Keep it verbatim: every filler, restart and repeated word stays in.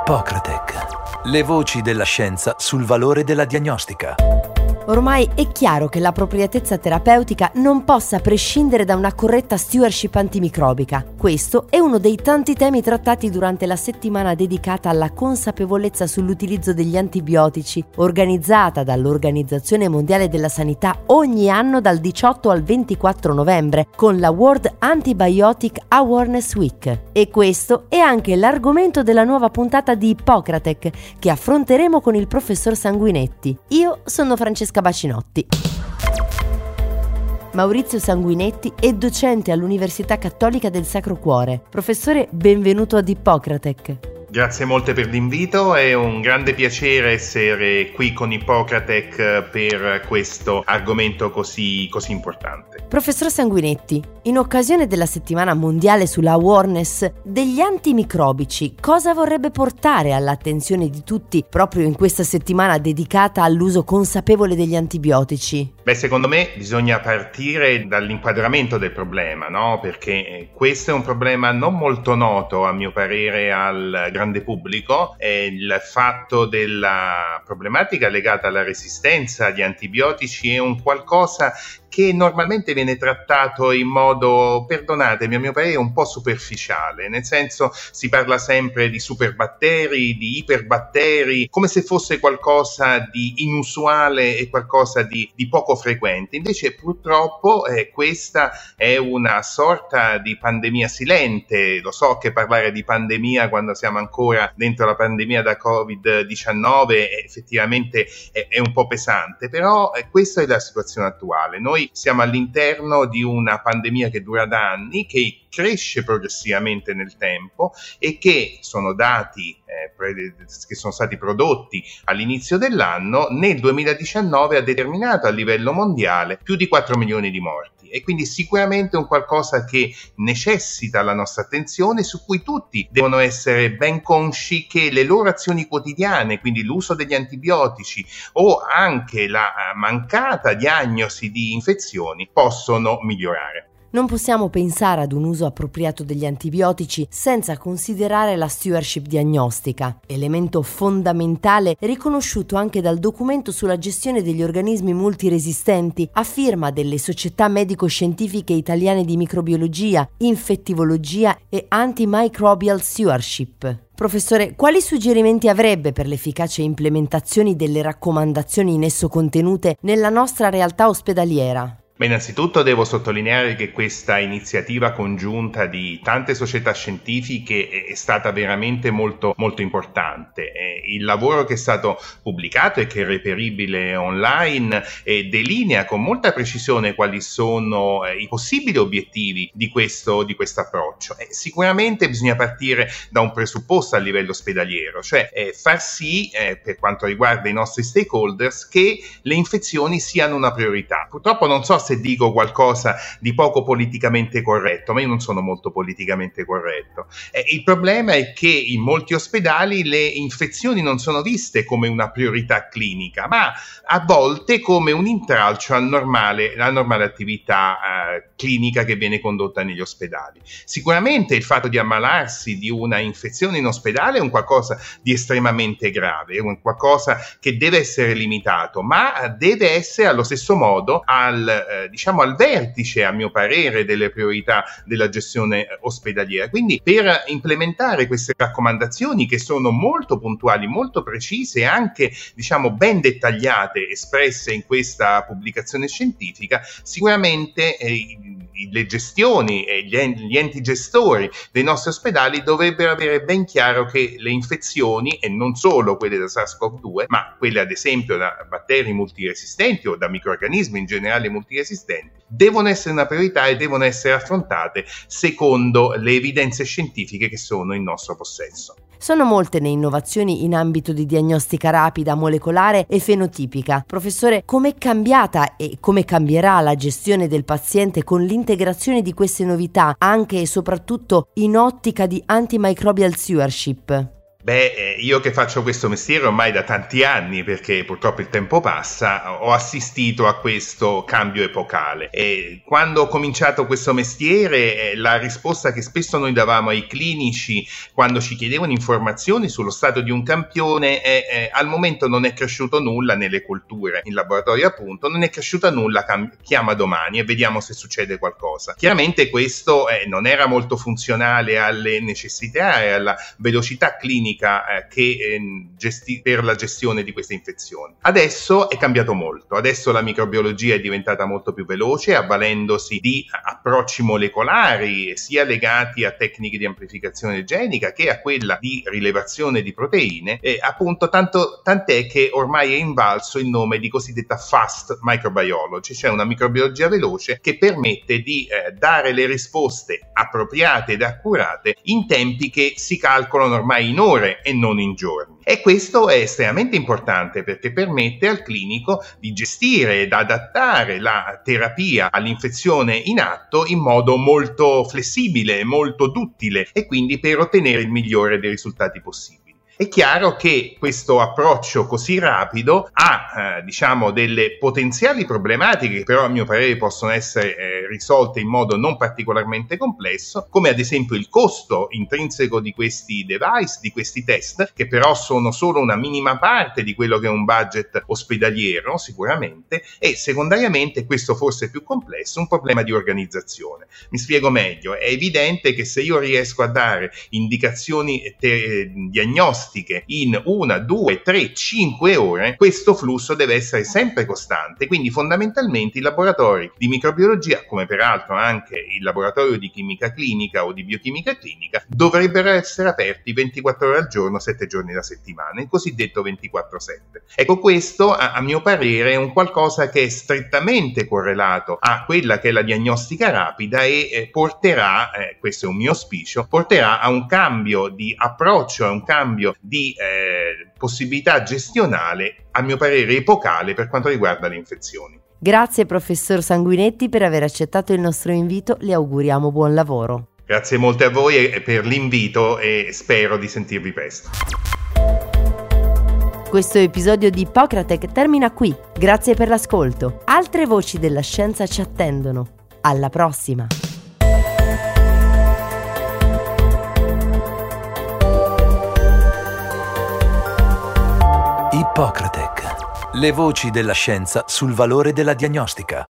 Hippocratec. Le voci della scienza sul valore della diagnostica. Ormai è chiaro che l'appropriatezza terapeutica non possa prescindere da una corretta stewardship antimicrobica. Questo è uno dei tanti temi trattati durante la settimana dedicata alla consapevolezza sull'utilizzo degli antibiotici, organizzata dall'Organizzazione Mondiale della Sanità ogni anno dal diciotto al ventiquattro novembre con la World Antibiotic Awareness Week. E questo è anche l'argomento della nuova puntata di Hippocratec che affronteremo con il professor Sanguinetti. Io sono Francesca Bacinotti. Maurizio Sanguinetti è docente all'Università Cattolica del Sacro Cuore. Professore, benvenuto ad Hippocratec. Grazie molte per l'invito, è un grande piacere essere qui con Hippocratec per questo argomento così, così importante. Professor Sanguinetti, in occasione della settimana mondiale sulla awareness degli antimicrobici, cosa vorrebbe portare all'attenzione di tutti proprio in questa settimana dedicata all'uso consapevole degli antibiotici? Beh, secondo me bisogna partire dall'inquadramento del problema, no? Perché questo è un problema non molto noto, a mio parere, al grande pubblico. È il fatto della problematica legata alla resistenza agli antibiotici è un qualcosa che normalmente viene trattato in modo, perdonatemi, a mio parere un po' superficiale, nel senso si parla sempre di superbatteri, di iperbatteri, come se fosse qualcosa di inusuale e qualcosa di, di poco frequente. Invece purtroppo eh, questa è una sorta di pandemia silente. Lo so che parlare di pandemia quando siamo ancora dentro la pandemia da covid diciannove è, effettivamente è, è un po' pesante, però eh, questa è la situazione attuale. Noi siamo all'interno di una pandemia che dura da anni, che cresce progressivamente nel tempo e che sono dati eh, pre- che sono stati prodotti all'inizio dell'anno, nel duemiladiciannove ha determinato a livello mondiale più di quattro milioni di morti. E quindi sicuramente è un qualcosa che necessita la nostra attenzione, su cui tutti devono essere ben consci che le loro azioni quotidiane, quindi l'uso degli antibiotici o anche la mancata diagnosi di infezioni, possono migliorare. Non possiamo pensare ad un uso appropriato degli antibiotici senza considerare la stewardship diagnostica, elemento fondamentale riconosciuto anche dal documento sulla gestione degli organismi multiresistenti a firma delle società medico-scientifiche italiane di microbiologia, infettivologia e antimicrobial stewardship. Professore, quali suggerimenti avrebbe per l'efficace implementazione delle raccomandazioni in esso contenute nella nostra realtà ospedaliera? Beh, innanzitutto devo sottolineare che questa iniziativa congiunta di tante società scientifiche è stata veramente molto, molto importante. Il lavoro che è stato pubblicato e che è reperibile online delinea con molta precisione quali sono i possibili obiettivi di questo di questo approccio. Sicuramente bisogna partire da un presupposto a livello ospedaliero, cioè far sì, per quanto riguarda i nostri stakeholders, che le infezioni siano una priorità. Purtroppo non so se dico qualcosa di poco politicamente corretto, ma io non sono molto politicamente corretto. Eh, il problema è che in molti ospedali le infezioni non sono viste come una priorità clinica, ma a volte come un intralcio al normale, alla normale attività eh, clinica che viene condotta negli ospedali. Sicuramente il fatto di ammalarsi di una infezione in ospedale è un qualcosa di estremamente grave, è un qualcosa che deve essere limitato, ma deve essere allo stesso modo al eh, diciamo al vertice, a mio parere, delle priorità della gestione ospedaliera. Quindi per implementare queste raccomandazioni, che sono molto puntuali, molto precise e anche diciamo ben dettagliate, espresse in questa pubblicazione scientifica, sicuramente eh, le gestioni e gli, en- gli enti gestori dei nostri ospedali dovrebbero avere ben chiaro che le infezioni, e non solo quelle da SARS-CoV due, ma quelle ad esempio da batteri multiresistenti o da microrganismi in generale multiresistenti, devono essere una priorità e devono essere affrontate secondo le evidenze scientifiche che sono in nostro possesso. Sono molte le innovazioni in ambito di diagnostica rapida, molecolare e fenotipica. Professore, com'è cambiata e come cambierà la gestione del paziente con l'integrazione di queste novità, anche e soprattutto in ottica di antimicrobial stewardship? Beh, io che faccio questo mestiere ormai da tanti anni, perché purtroppo il tempo passa, ho assistito a questo cambio epocale. E quando ho cominciato questo mestiere, la risposta che spesso noi davamo ai clinici quando ci chiedevano informazioni sullo stato di un campione è, è al momento non è cresciuto nulla nelle colture, in laboratorio appunto, non è cresciuto nulla, cam- chiama domani e vediamo se succede qualcosa. Chiaramente questo eh, non era molto funzionale alle necessità e alla velocità clinica Eh, che eh, gesti- per la gestione di queste infezioni. Adesso è cambiato molto, adesso la microbiologia è diventata molto più veloce, avvalendosi di approcci molecolari sia legati a tecniche di amplificazione genica che a quella di rilevazione di proteine, e appunto tanto, tant'è che ormai è invalso il nome di cosiddetta fast microbiology, cioè una microbiologia veloce che permette di eh, dare le risposte appropriate ed accurate in tempi che si calcolano ormai in ore e non in giorni. E questo è estremamente importante perché permette al clinico di gestire ed adattare la terapia all'infezione in atto in modo molto flessibile, molto duttile e quindi per ottenere il migliore dei risultati possibili. È chiaro che questo approccio così rapido ha eh, diciamo delle potenziali problematiche che però a mio parere possono essere eh, risolte in modo non particolarmente complesso, come ad esempio il costo intrinseco di questi device, di questi test, che però sono solo una minima parte di quello che è un budget ospedaliero sicuramente, e secondariamente, questo forse è più complesso, un problema di organizzazione. Mi spiego meglio: è evidente che se io riesco a dare indicazioni te- diagnostiche in una, due, tre, cinque ore, questo flusso deve essere sempre costante, quindi fondamentalmente i laboratori di microbiologia, come peraltro anche il laboratorio di chimica clinica o di biochimica clinica, dovrebbero essere aperti ventiquattro ore al giorno, sette giorni alla settimana, il cosiddetto ventiquattro sette. Ecco, questo a, a mio parere è un qualcosa che è strettamente correlato a quella che è la diagnostica rapida e eh, porterà, eh, questo è un mio auspicio, porterà a un cambio di approccio, a un cambio di eh, possibilità gestionale, a mio parere epocale, per quanto riguarda le infezioni. Grazie professor Sanguinetti per aver accettato il nostro invito, le auguriamo buon lavoro. Grazie molte a voi per l'invito e spero di sentirvi presto. Questo episodio di Ippocratec termina qui, grazie per l'ascolto. Altre voci della scienza ci attendono. Alla prossima! Ippocratec. Le voci della scienza sul valore della diagnostica.